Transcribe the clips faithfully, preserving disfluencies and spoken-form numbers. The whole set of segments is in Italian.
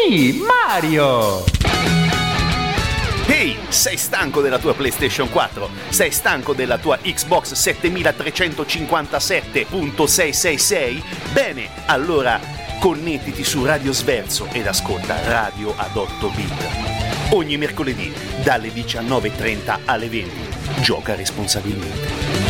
Sì, Mario! Ehi, sei stanco della tua PlayStation quattro? Sei stanco della tua Xbox setemilatrecentocinquantasette punto seicentosessantasei? Bene, allora connettiti su Radio Sverso ed ascolta Radio ad otto bit. Ogni mercoledì dalle diciannove e trenta alle venti. Gioca responsabilmente.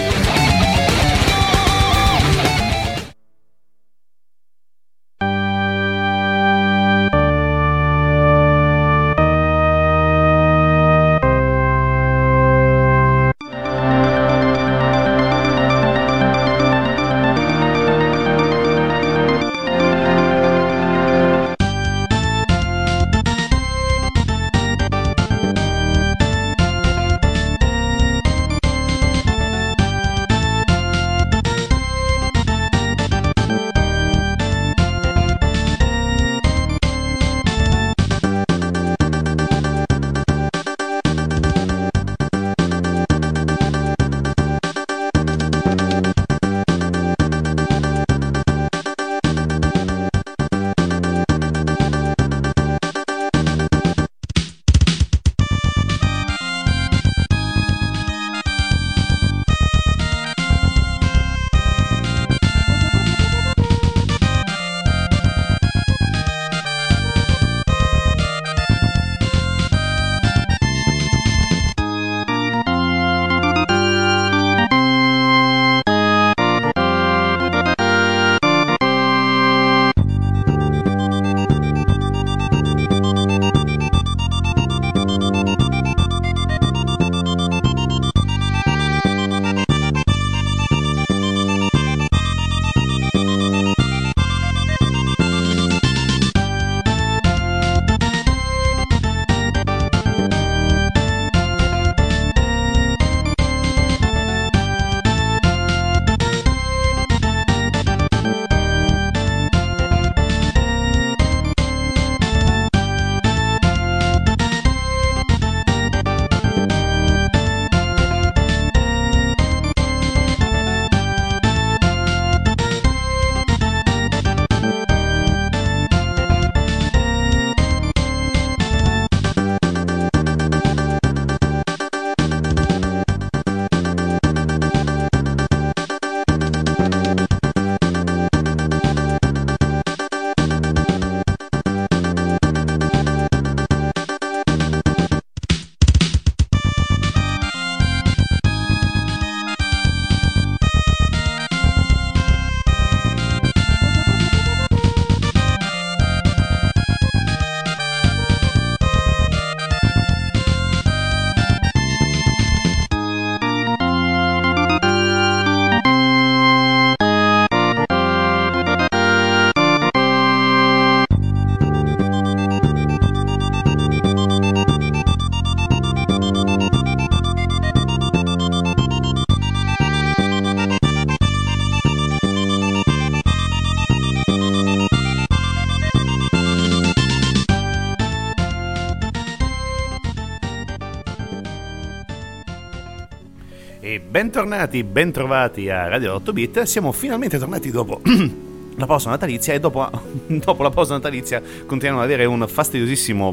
E bentornati, bentrovati a Radio otto bit. Siamo finalmente tornati dopo la pausa natalizia e dopo, dopo la pausa natalizia continuiamo ad avere un fastidiosissimo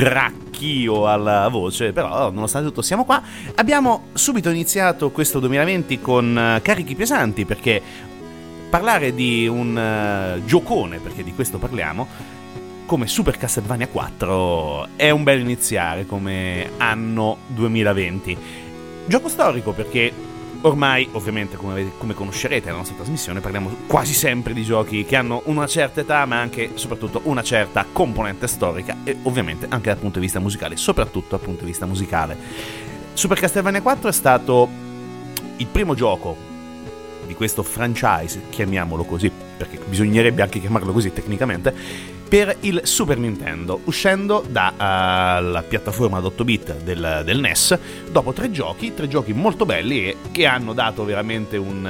gracchio alla voce, però nonostante tutto siamo qua. Abbiamo subito iniziato questo duemilaventi con carichi pesanti, perché parlare di un uh, giocone, perché di questo parliamo, come Super Castlevania quattro è un bel iniziare come anno duemilaventi. Gioco storico perché ormai, ovviamente, come, come conoscerete nella nostra trasmissione, parliamo quasi sempre di giochi che hanno una certa età, ma anche e soprattutto una certa componente storica e ovviamente anche dal punto di vista musicale, soprattutto dal punto di vista musicale. Super Castlevania quattro è stato il primo gioco di questo franchise, chiamiamolo così, perché bisognerebbe anche chiamarlo così tecnicamente, per il Super Nintendo, uscendo dalla uh, piattaforma ad otto bit del, del N E S, dopo tre giochi, tre giochi molto belli e che hanno dato veramente un,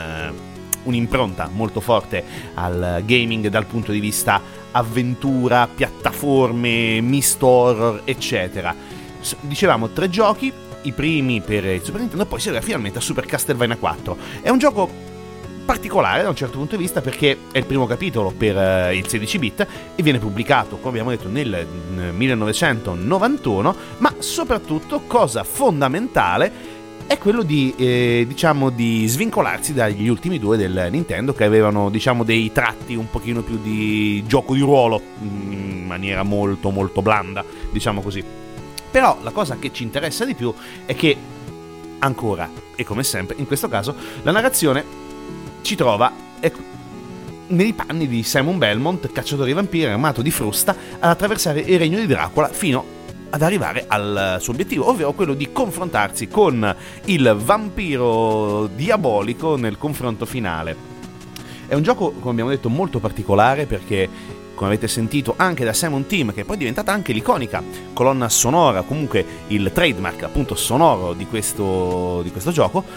uh, un'impronta molto forte al gaming dal punto di vista avventura, piattaforme, misto horror, eccetera. S- dicevamo tre giochi, i primi per il Super Nintendo, poi si arriva finalmente a Super Castlevania quattro. È un gioco particolare da un certo punto di vista, perché è il primo capitolo per uh, il sedici bit e viene pubblicato, come abbiamo detto, nel millenovecentonovantuno, ma soprattutto, cosa fondamentale, è quello di, eh, diciamo, di svincolarsi dagli ultimi due del Nintendo, che avevano, diciamo, dei tratti un pochino più di gioco di ruolo, in maniera molto molto blanda, diciamo così. Però la cosa che ci interessa di più è che, ancora, e come sempre, in questo caso, la narrazione ci trova ecco, nei panni di Simon Belmont, cacciatore di vampiri armato di frusta, ad attraversare il regno di Dracula fino ad arrivare al suo obiettivo, ovvero quello di confrontarsi con il vampiro diabolico nel confronto finale. È un gioco, come abbiamo detto, molto particolare, perché, come avete sentito anche da Simon Team, che è poi diventata anche l'iconica colonna sonora, comunque il trademark appunto sonoro di questo, di questo gioco,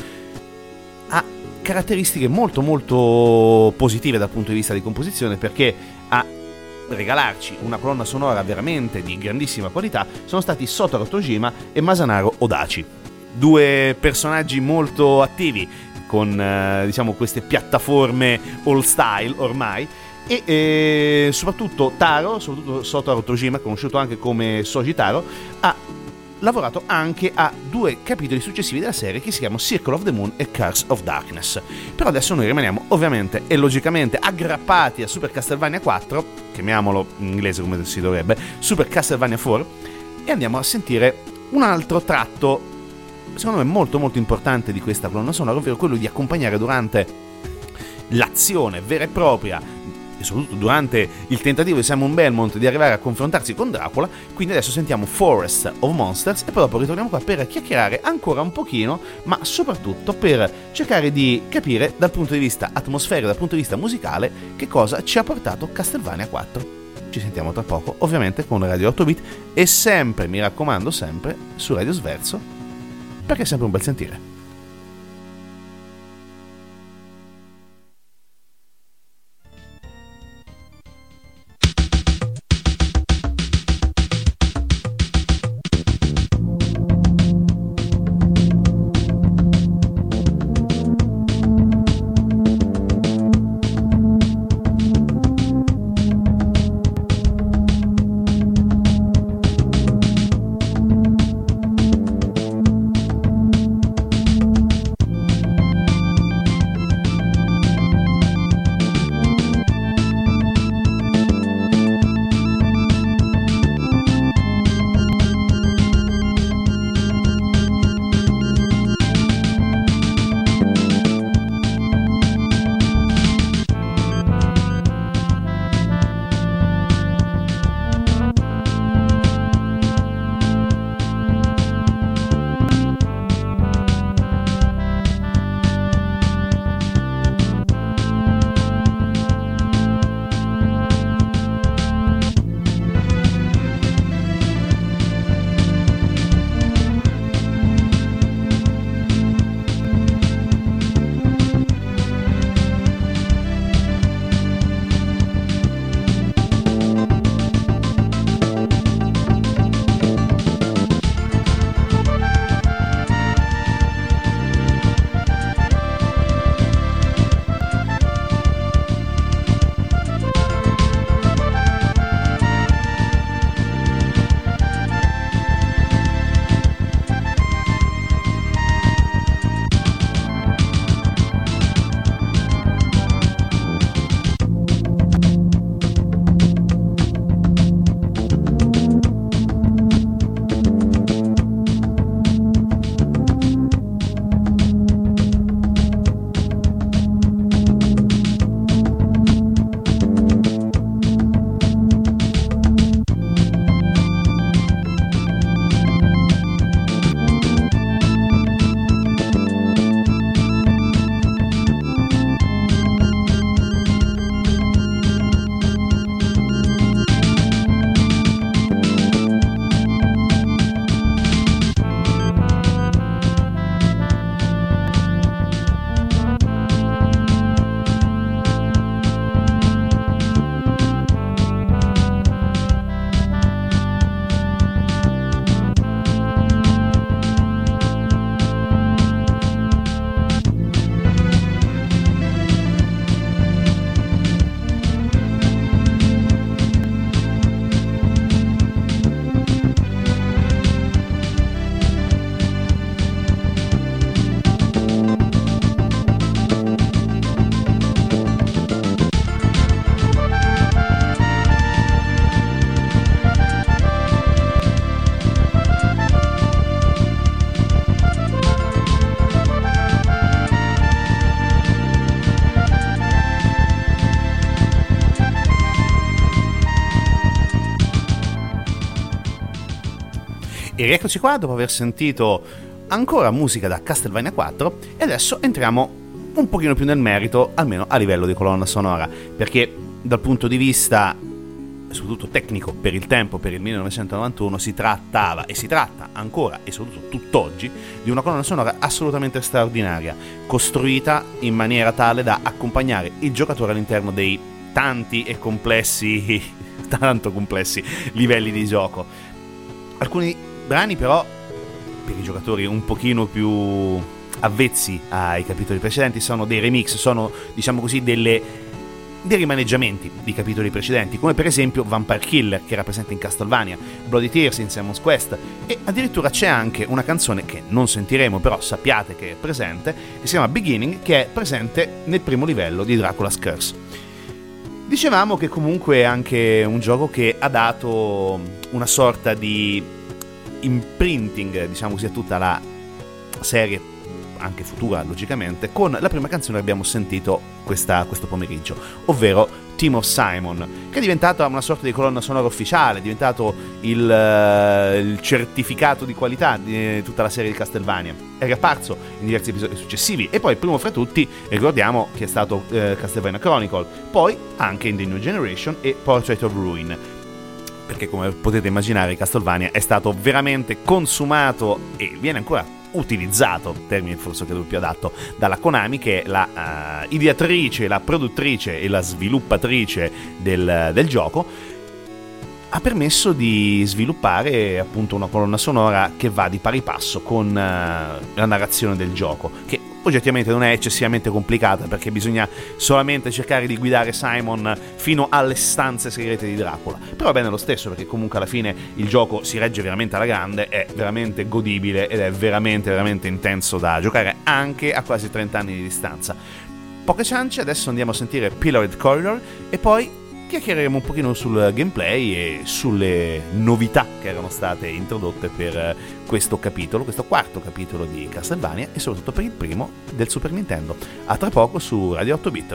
ha caratteristiche molto molto positive dal punto di vista di composizione, perché ha regalarci una colonna sonora veramente di grandissima qualità sono stati Sotaro Tojima e Masanaro Odachi, due personaggi molto attivi con eh, diciamo queste piattaforme all style ormai, e eh, soprattutto Taro, soprattutto Sotaro Tojima, conosciuto anche come Soji Taro, ha lavorato anche a due capitoli successivi della serie che si chiamano Circle of the Moon e Curse of Darkness. Però adesso noi rimaniamo ovviamente e logicamente aggrappati a Super Castlevania quattro, chiamiamolo in inglese come si dovrebbe, Super Castlevania quattro, e andiamo a sentire un altro tratto secondo me molto molto importante di questa colonna sonora, ovvero quello di accompagnare durante l'azione vera e propria e soprattutto durante il tentativo di Simon Belmont di arrivare a confrontarsi con Dracula. Quindi adesso sentiamo Forest of Monsters e poi dopo ritorniamo qua per chiacchierare ancora un pochino, ma soprattutto per cercare di capire dal punto di vista atmosferico, dal punto di vista musicale, che cosa ci ha portato Castlevania quattro. Ci sentiamo tra poco, ovviamente con Radio otto bit, e sempre, mi raccomando, sempre su Radio Sverso, perché è sempre un bel sentire. E rieccoci qua dopo aver sentito ancora musica da Castlevania quattro e adesso entriamo un pochino più nel merito, almeno a livello di colonna sonora, perché dal punto di vista soprattutto tecnico, per il tempo, per il millenovecentonovantuno, si trattava e si tratta ancora e soprattutto tutt'oggi di una colonna sonora assolutamente straordinaria, costruita in maniera tale da accompagnare il giocatore all'interno dei tanti e complessi tanto complessi livelli di gioco. Alcuni brani però, per i giocatori un pochino più avvezzi ai capitoli precedenti, sono dei remix, sono diciamo così delle, dei rimaneggiamenti di capitoli precedenti, come per esempio Vampire Killer, che era presente in Castlevania, Bloody Tears in Simon's Quest, e addirittura c'è anche una canzone che non sentiremo, però sappiate che è presente, che si chiama Beginning, che è presente nel primo livello di Dracula's Curse. Dicevamo che comunque è anche un gioco che ha dato una sorta di imprinting, diciamo così, a tutta la serie, anche futura logicamente, con la prima canzone che abbiamo sentito questa, questo pomeriggio, ovvero Team of Simon, che è diventata una sorta di colonna sonora ufficiale, è diventato il, uh, il certificato di qualità di tutta la serie di Castlevania. È riapparso in diversi episodi successivi e poi il primo fra tutti ricordiamo che è stato uh, Castlevania Chronicle, poi anche in The New Generation e Portrait of Ruin, perché come potete immaginare Castlevania è stato veramente consumato e viene ancora utilizzato, termine forse credo più adatto, dalla Konami, che è la uh, ideatrice, la produttrice e la sviluppatrice del, del gioco. Ha permesso di sviluppare appunto una colonna sonora che va di pari passo con uh, la narrazione del gioco, che oggettivamente non è eccessivamente complicata, perché bisogna solamente cercare di guidare Simon fino alle stanze segrete di Dracula, però va bene lo stesso, perché comunque alla fine il gioco si regge veramente alla grande, è veramente godibile ed è veramente veramente intenso da giocare anche a quasi trenta anni di distanza. Poche ciance, adesso andiamo a sentire Pillared Corridor e poi chiacchiereremo un pochino sul gameplay e sulle novità che erano state introdotte per questo capitolo, questo quarto capitolo di Castlevania e soprattutto per il primo del Super Nintendo. A tra poco su Radio otto bit.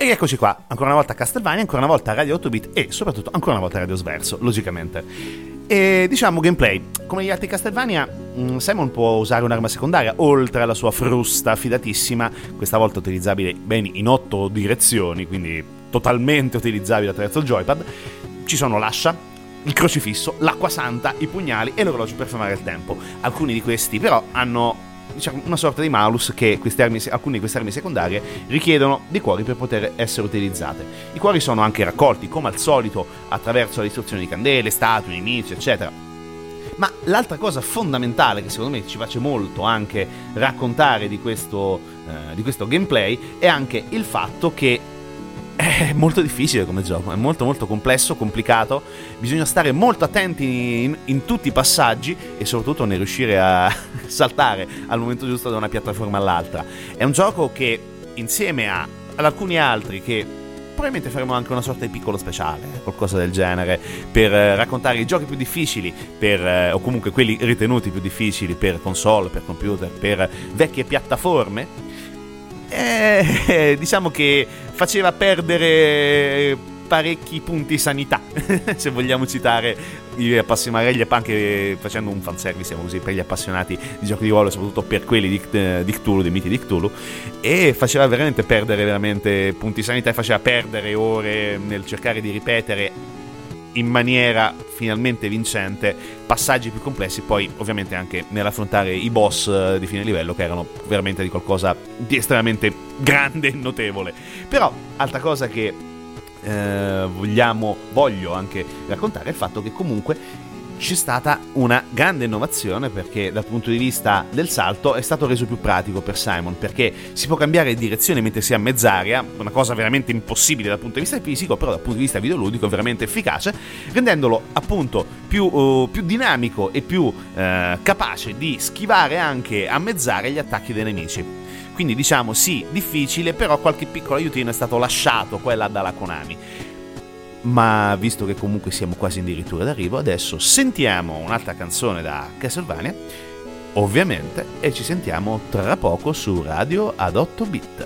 E eccoci qua, ancora una volta Castlevania, ancora una volta Radio otto bit e soprattutto ancora una volta Radio Sverso, logicamente. E diciamo gameplay, come gli altri Castlevania, Simon può usare un'arma secondaria, oltre alla sua frusta affidatissima, questa volta utilizzabile ben in otto direzioni, quindi totalmente utilizzabile attraverso il joypad. Ci sono l'ascia, il crocifisso, l'acqua santa, i pugnali e l'orologio per fermare il tempo. Alcuni di questi però hanno, diciamo, una sorta di malus, che queste armi, alcune di queste armi secondarie richiedono dei cuori per poter essere utilizzate. I cuori sono anche raccolti, come al solito, attraverso la distruzione di candele, statue, nemici, eccetera. Ma l'altra cosa fondamentale, che secondo me ci face molto anche raccontare di questo, eh, di questo gameplay, è anche il fatto che è molto difficile come gioco, è molto molto complesso, complicato, bisogna stare molto attenti in, in tutti i passaggi e soprattutto nel riuscire a saltare al momento giusto da una piattaforma all'altra. È un gioco che insieme a, ad alcuni altri, che probabilmente faremo anche una sorta di piccolo speciale, qualcosa del genere, per eh, raccontare i giochi più difficili per, eh, o comunque quelli ritenuti più difficili per console, per computer, per vecchie piattaforme. Eh, diciamo che faceva perdere parecchi punti sanità, se vogliamo citare gli appassionati, anche facendo un fanservice così per gli appassionati di giochi di ruolo, soprattutto per quelli di, di Cthulhu, dei miti di Cthulhu, e faceva veramente perdere veramente punti sanità e faceva perdere ore nel cercare di ripetere in maniera finalmente vincente passaggi più complessi, poi ovviamente anche nell'affrontare i boss di fine livello, che erano veramente di qualcosa di estremamente grande e notevole. Però altra cosa che eh, vogliamo voglio anche raccontare è il fatto che comunque c'è stata una grande innovazione, perché dal punto di vista del salto è stato reso più pratico per Simon, perché si può cambiare direzione mentre si è a mezz'aria, una cosa veramente impossibile dal punto di vista fisico, però dal punto di vista videoludico veramente efficace, rendendolo appunto più, uh, più dinamico e più uh, capace di schivare anche a mezz'aria gli attacchi dei nemici. Quindi diciamo sì, difficile, però qualche piccolo aiutino è stato lasciato qua e là dalla Konami. Ma visto che comunque siamo quasi addirittura d'arrivo, adesso sentiamo un'altra canzone da Castlevania, ovviamente, e ci sentiamo tra poco su Radio ad otto bit.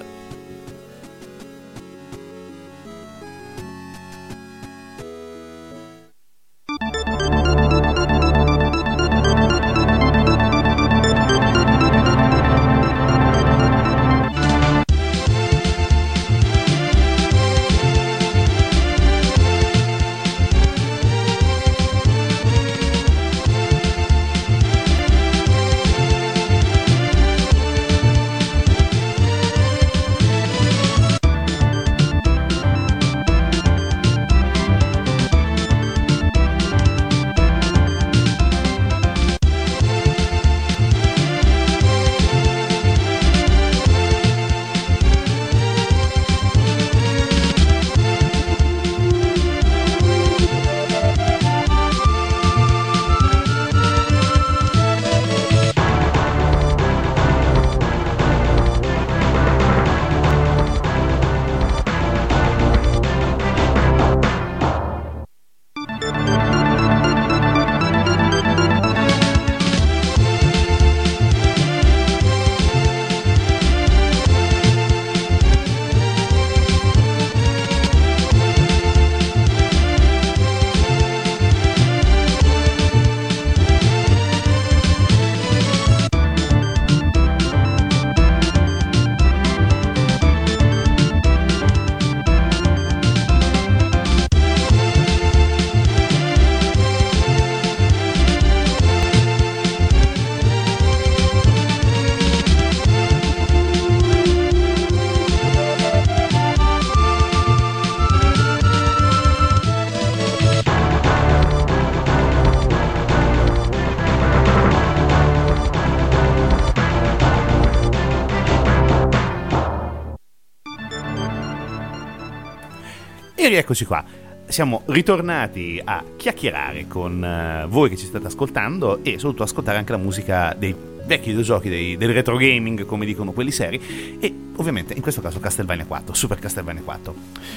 E rieccoci qua, siamo ritornati a chiacchierare con uh, voi che ci state ascoltando e soprattutto ascoltare anche la musica dei vecchi videogiochi, dei, del retro gaming, come dicono quelli seri, e ovviamente in questo caso Castlevania quattro, Super Castlevania quattro.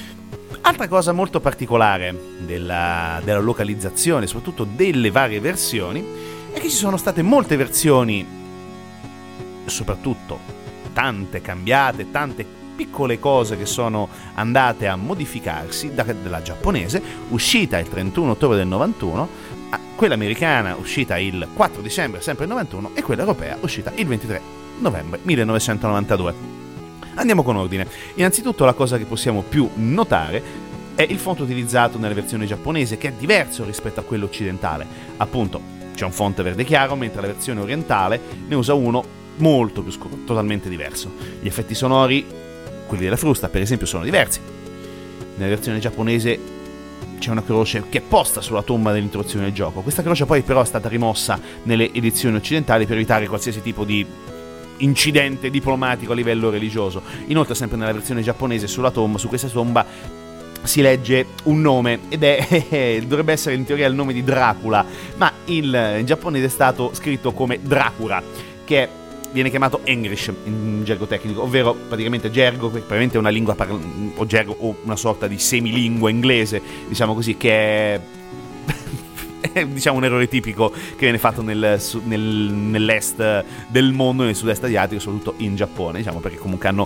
Altra cosa molto particolare della, della localizzazione, soprattutto delle varie versioni, è che ci sono state molte versioni, soprattutto tante cambiate, tante piccole cose che sono andate a modificarsi da, dalla giapponese, uscita il trentuno ottobre del novantuno, quella americana uscita il quattro dicembre sempre del novantuno e quella europea uscita il ventitré novembre millenovecentonovantadue. Andiamo con ordine. Innanzitutto la cosa che possiamo più notare è il font utilizzato nella versione giapponese, che è diverso rispetto a quello occidentale. Appunto, c'è un font verde chiaro, mentre la versione orientale ne usa uno molto più scuro, totalmente diverso. Gli effetti sonori, quelli della frusta per esempio, sono diversi. Nella versione giapponese c'è una croce che è posta sulla tomba dell'introduzione del gioco. Questa croce poi però è stata rimossa nelle edizioni occidentali per evitare qualsiasi tipo di incidente diplomatico a livello religioso. Inoltre, sempre nella versione giapponese, sulla tomba, su questa tomba si legge un nome ed è dovrebbe essere in teoria il nome di Dracula, ma il, in giapponese è stato scritto come Dracula, che viene chiamato English in gergo tecnico, ovvero praticamente gergo, praticamente una lingua parla- o gergo o una sorta di semilingua inglese, diciamo così, che è è diciamo un errore tipico che viene fatto nel, nel, nell'est del mondo, nel sud-est asiatico, soprattutto in Giappone, diciamo, perché comunque hanno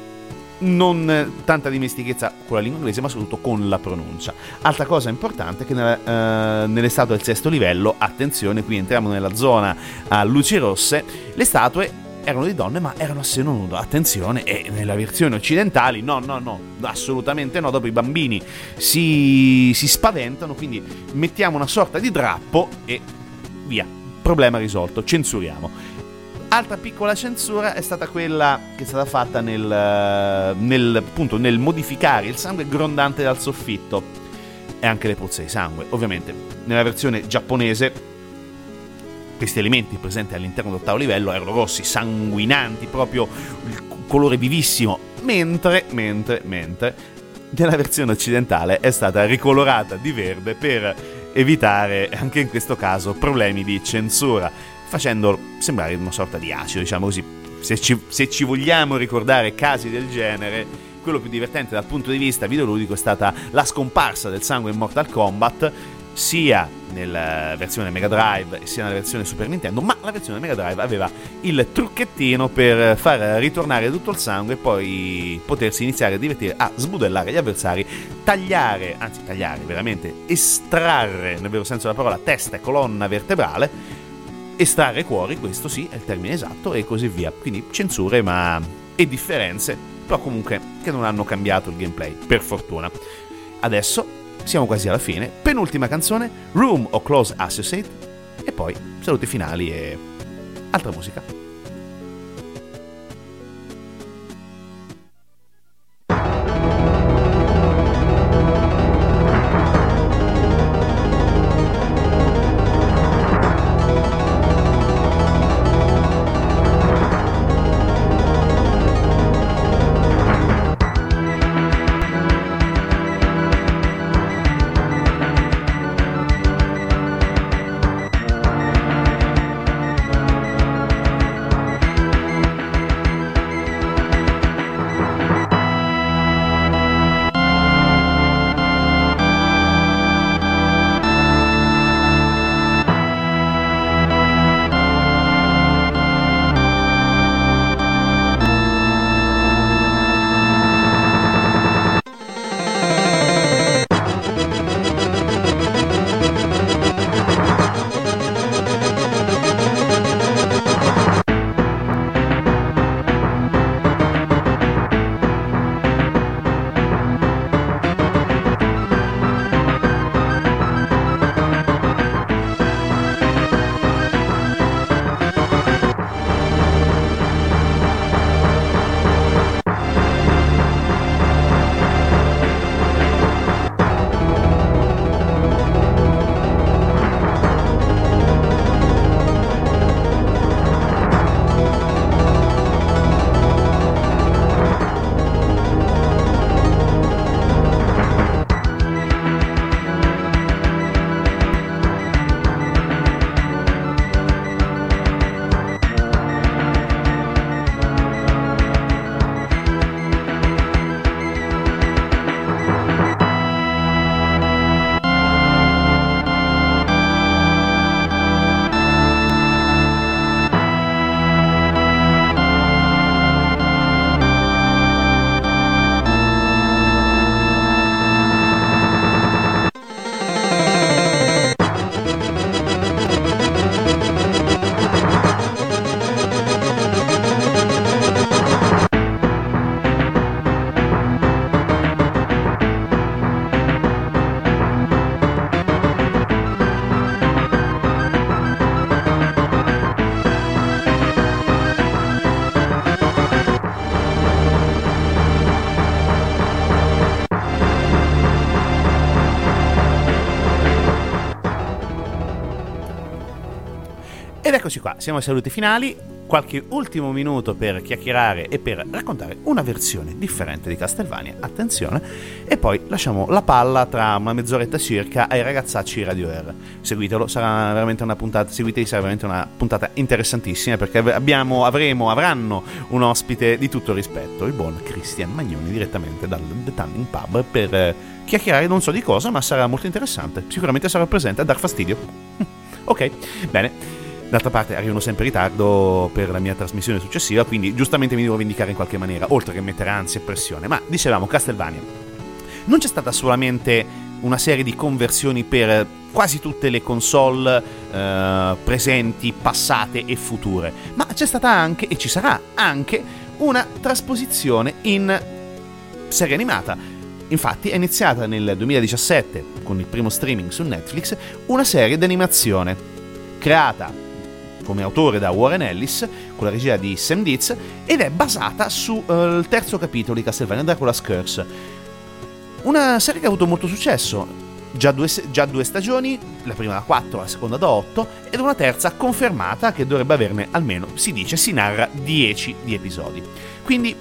non tanta dimestichezza con la lingua inglese, ma soprattutto con la pronuncia. Altra cosa importante è che nella, uh, nelle statue del sesto livello, attenzione, qui entriamo nella zona a luci rosse, le statue erano di donne ma erano a seno nudo, attenzione, e nella versione occidentali no, no, no, assolutamente no, dopo i bambini si, si spaventano, quindi mettiamo una sorta di drappo e via, problema risolto, censuriamo. Altra piccola censura è stata quella che è stata fatta nel, nel, appunto, nel modificare il sangue grondante dal soffitto e anche le pozze di sangue. Ovviamente nella versione giapponese questi elementi presenti all'interno dell'ottavo livello erano rossi, sanguinanti, proprio il colore vivissimo, mentre, mentre, mentre nella versione occidentale è stata ricolorata di verde per evitare anche in questo caso problemi di censura, facendo sembrare una sorta di acido, diciamo così. Se ci, se ci vogliamo ricordare casi del genere, quello più divertente dal punto di vista videoludico è stata la scomparsa del sangue in Mortal Kombat, sia nella versione Mega Drive sia nella versione Super Nintendo, ma la versione Mega Drive aveva il trucchettino per far ritornare tutto il sangue e poi potersi iniziare a divertire a sbudellare gli avversari, tagliare, anzi tagliare, veramente estrarre, nel vero senso della parola, testa e colonna vertebrale, estrarre cuori, questo sì è il termine esatto, e così via. Quindi censure ma e differenze, però comunque che non hanno cambiato il gameplay, per fortuna. Adesso siamo quasi alla fine, penultima canzone, Room o Close Associate, e poi saluti finali e altra musica. eccoci qua, siamo ai saluti finali. Qualche ultimo minuto per chiacchierare e per raccontare una versione differente di Castlevania, attenzione, e poi lasciamo la palla tra una mezz'oretta circa ai ragazzacci di Radio R. Seguitelo, sarà veramente una puntata, seguiteli, sarà veramente una puntata interessantissima, perché abbiamo, avremo, avranno un ospite di tutto rispetto, il buon Cristian Magnoni, direttamente dal The Tanning Pub, per eh, chiacchierare non so di cosa, ma sarà molto interessante. Sicuramente sarà presente a dar fastidio. Ok, bene. D'altra parte arrivano sempre in ritardo per la mia trasmissione successiva, quindi giustamente mi devo vendicare in qualche maniera, oltre che mettere ansia e pressione. Ma dicevamo, Castlevania, non c'è stata solamente una serie di conversioni per quasi tutte le console eh, presenti, passate e future, ma c'è stata anche, e ci sarà anche, una trasposizione in serie animata. Infatti è iniziata nel duemiladiciassette, con il primo streaming su Netflix, una serie d'animazione creata come autore da Warren Ellis, con la regia di Sam Dietz, ed è basata sul uh, terzo capitolo di Castlevania, Dracula's Curse. Una serie che ha avuto molto successo, già due, già due stagioni, la prima da quattro, la seconda da otto, ed una terza confermata che dovrebbe averne almeno, si dice, si narra dieci di episodi. Quindi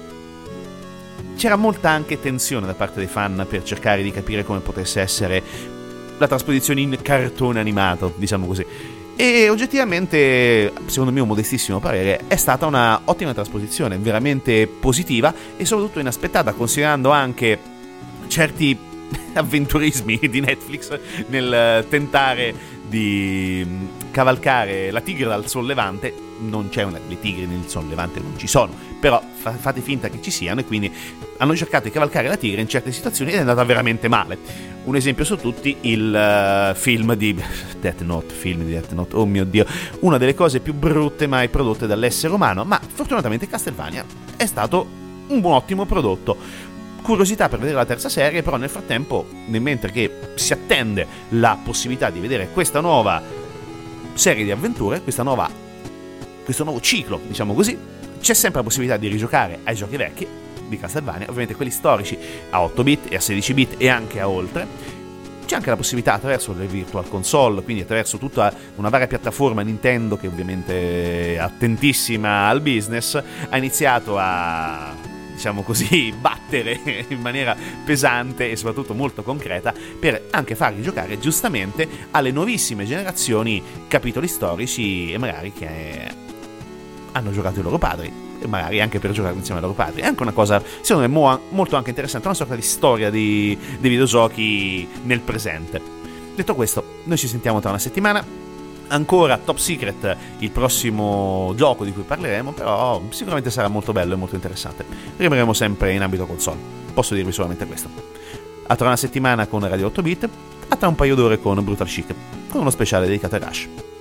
c'era molta anche tensione da parte dei fan per cercare di capire come potesse essere la trasposizione in cartone animato, diciamo così. E oggettivamente, secondo mio modestissimo parere, è stata una ottima trasposizione, veramente positiva e soprattutto inaspettata, considerando anche certi avventurismi di Netflix nel tentare di cavalcare la tigre dal sollevante. Non c'è una, le tigri nel sollevante non ci sono, però fa, fate finta che ci siano, e quindi hanno cercato di cavalcare la tigre in certe situazioni ed è andata veramente male. Un esempio su tutti, il uh, film di Death Note, film di Death Note, oh mio Dio, una delle cose più brutte mai prodotte dall'essere umano, ma fortunatamente Castlevania è stato un buon ottimo prodotto. Curiosità per vedere la terza serie, però nel frattempo, mentre che si attende la possibilità di vedere questa nuova serie di avventure, questa nuova, questo nuovo ciclo, diciamo così, c'è sempre la possibilità di rigiocare ai giochi vecchi di Castlevania, ovviamente quelli storici a otto bit e a sedici bit e anche a oltre. C'è anche la possibilità attraverso le virtual console, quindi attraverso tutta una varia piattaforma Nintendo, che ovviamente è attentissima al business, ha iniziato a, diciamo così, battere in maniera pesante e soprattutto molto concreta per anche farli giocare giustamente alle nuovissime generazioni capitoli storici, e magari che hanno giocato i loro padri, e magari anche per giocare insieme ai loro padri. È anche una cosa, secondo me, mo- molto anche interessante, una sorta di storia di, dei videogiochi nel presente. Detto questo, noi ci sentiamo tra una settimana. Ancora Top Secret, il prossimo gioco di cui parleremo, però sicuramente sarà molto bello e molto interessante. Rimarremo sempre in ambito console, posso dirvi solamente questo. A tra una settimana con Radio otto bit, a tra un paio d'ore con Brutal Chic, con uno speciale dedicato a Rush.